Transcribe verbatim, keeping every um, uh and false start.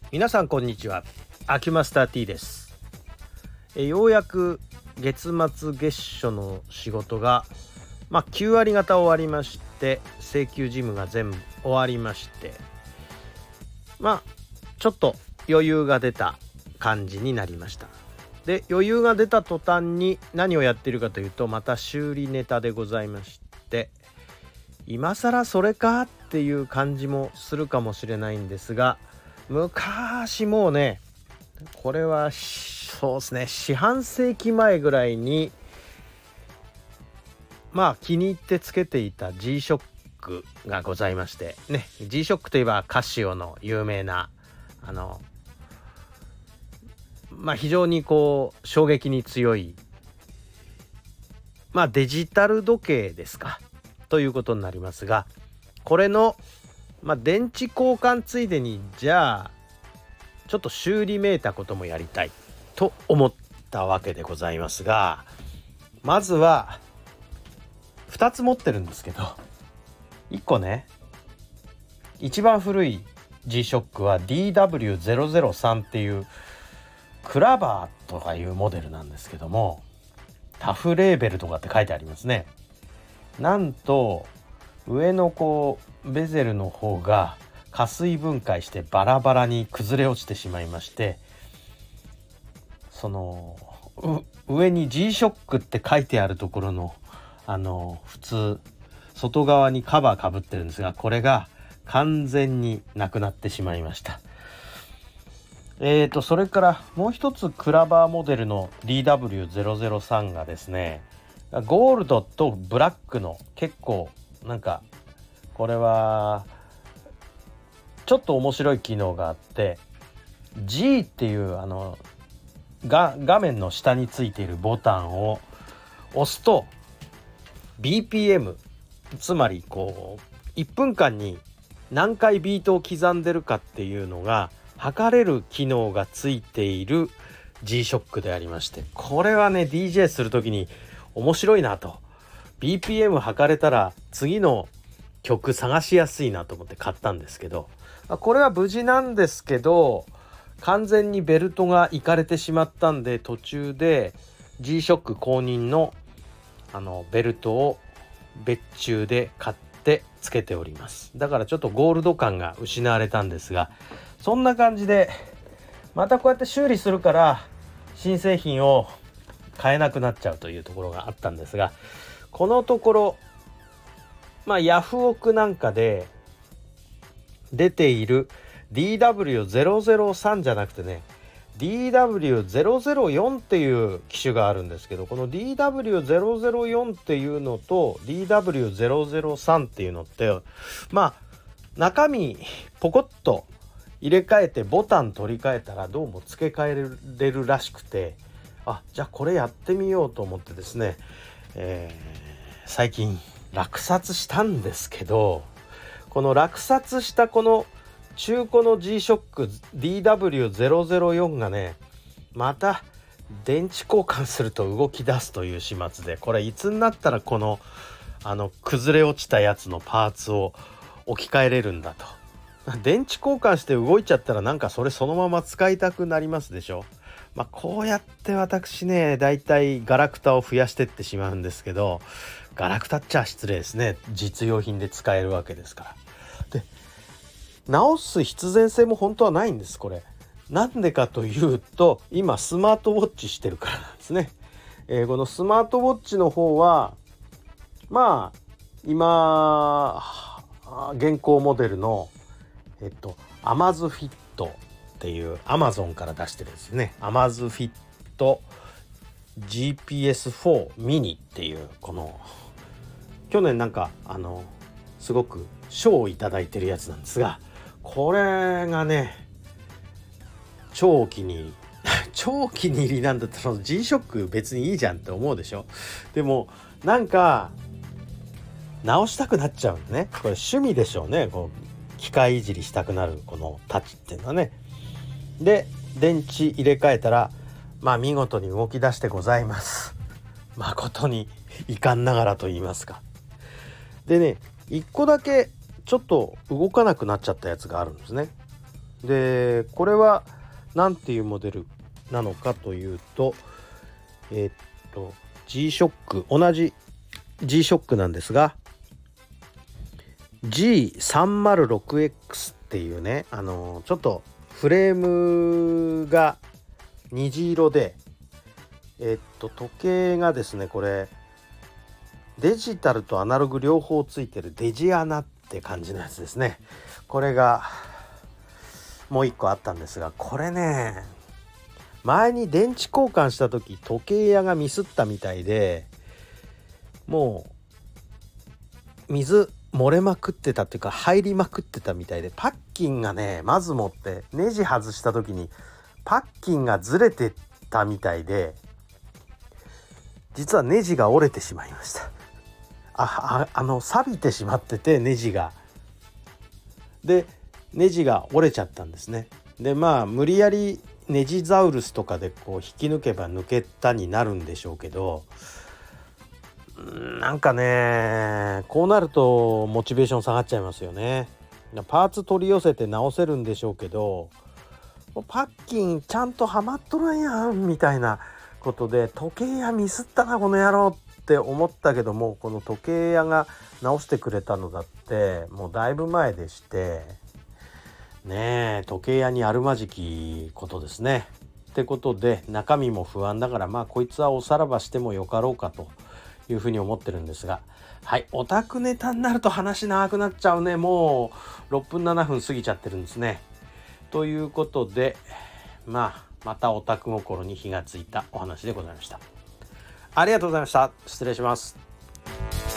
皆さんこんにちは。アキュマスター T です。えようやく月末月初の仕事が、まあ、きゅう割方終わりまして、請求事務が全部終わりまして、まあちょっと余裕が出た感じになりました。で余裕が出た途端に何をやっているかというと、また修理ネタでございまして、今更それかっていう感じもするかもしれないんですが、昔もうね、これはそうですね、四半世紀前ぐらいにまあ気に入ってつけていた G ショックがございましてね。 G ショックといえばカシオの有名なあのまあ非常にこう衝撃に強いまあデジタル時計ですかということになりますが、これのまあ電池交換ついでにじゃあちょっと修理めいたこともやりたいと思ったわけでございますが、まずはふたつ持ってるんですけど、いっこね、一番古い G ショックは ディーダブリューゼロゼロさん っていうクラバーとかいうモデルなんですけども、タフレーベルとかって書いてありますね。なんと上のこうベゼルの方が加水分解してバラバラに崩れ落ちてしまいまして、その上に G ショックって書いてあるところのあの普通外側にカバーかぶってるんですが、これが完全になくなってしまいました。えーとそれからもう一つクラバーモデルの ディーダブリューゼロゼロさん がですね、ゴールドとブラックの結構なんかこれはちょっと面白い機能があって、 G っていうあのが画面の下についているボタンを押すと ビーピーエム、 つまりこういっぷんかんに何回ビートを刻んでるかっていうのが測れる機能がついている G ショックでありまして、これはね ディージェー するときに面白いなと、 ビーピーエム 測れたら次の曲探しやすいなと思って買ったんですけど、これは無事なんですけど、完全にベルトがいかれてしまったんで、途中で G ショック公認のあのベルトを別注で買ってつけております。だからちょっとゴールド感が失われたんですが、そんな感じでまたこうやって修理するから新製品を買えなくなっちゃうというところがあったんですが、このところまあヤフオクなんかで出ている ディーダブリューゼロゼロさん じゃなくてね、 ディーダブリューゼロゼロよん っていう機種があるんですけど、この ディーダブリューゼロゼロよん っていうのと ディーダブリューゼロゼロさん っていうのってまあ中身ポコッと入れ替えてボタン取り替えたらどうも付け替えれるらしくて、あ、じゃあこれやってみようと思ってですね、えー、最近落札したんですけど、この落札したこの中古の G ショック ディーダブリューゼロゼロよん がね、また電池交換すると動き出すという始末で、これいつになったらこのあの崩れ落ちたやつのパーツを置き換えれるんだと。電池交換して動いちゃったらなんかそれそのまま使いたくなりますでしょ。まあこうやって私ね、だいたいガラクタを増やしてってしまうんですけど、ガラクタっちゃ失礼ですね。実用品で使えるわけですから。で直す必然性も本当はないんです。これなんでかというと、今スマートウォッチしてるからなんですね。えー、このスマートウォッチの方はまあ今現行モデルのえっとアマズフィットっていうアマゾンから出してるんですね。アマズフィット ジーピーエスフォー ミニっていう、この去年なんかあのすごく賞をいただいてるやつなんですが、これがね超お気に入り超お気に入りなんだったら、その G ショック別にいいじゃんって思うでしょ。でもなんか直したくなっちゃうんね。これ趣味でしょうね。こう機械いじりしたくなるこのタッチっていうのはね。で電池入れ替えたらまあ見事に動き出してございます。誠に遺憾ながらと言いますか。でね、一個だけちょっと動かなくなっちゃったやつがあるんですね。 でこれは何ていうモデルなのかというとえー、っと G ショック、同じ G ショックなんですが ジーさんまるろくエックス っていうね、あのちょっとフレームが虹色で、えー、っと時計がですね、これデジタルとアナログ両方ついてるデジアナって感じのやつですね。これがもう一個あったんですが、これね、前に電池交換した時時計屋がミスったみたいで、もう水漏れまくってたっていうか入りまくってたみたいで、パッキンがね、まずもってネジ外した時にパッキンがずれてたみたいで、実はネジが折れてしまいました。あ、あ、あの錆びてしまってて、ネジがでネジが折れちゃったんですね。でまあ無理やりネジザウルスとかでこう引き抜けば抜けたになるんでしょうけど、なんかね、こうなるとモチベーション下がっちゃいますよね。パーツ取り寄せて直せるんでしょうけど、パッキンちゃんとはまっとらんやんみたいなことで、時計屋ミスったなこの野郎って思ったけども、この時計屋が直してくれたのだってもうだいぶ前でしてね、え時計屋にあるまじきことですね。ってことで中身も不安だから、まあこいつはおさらばしてもよかろうかというふうに思ってるんですが、はい、オタクネタになると話長くなっちゃうね。もうろっぷんななふん過ぎちゃってるんですね。ということで、まあまたオタク心に火がついたお話でございました。ありがとうございました。失礼します。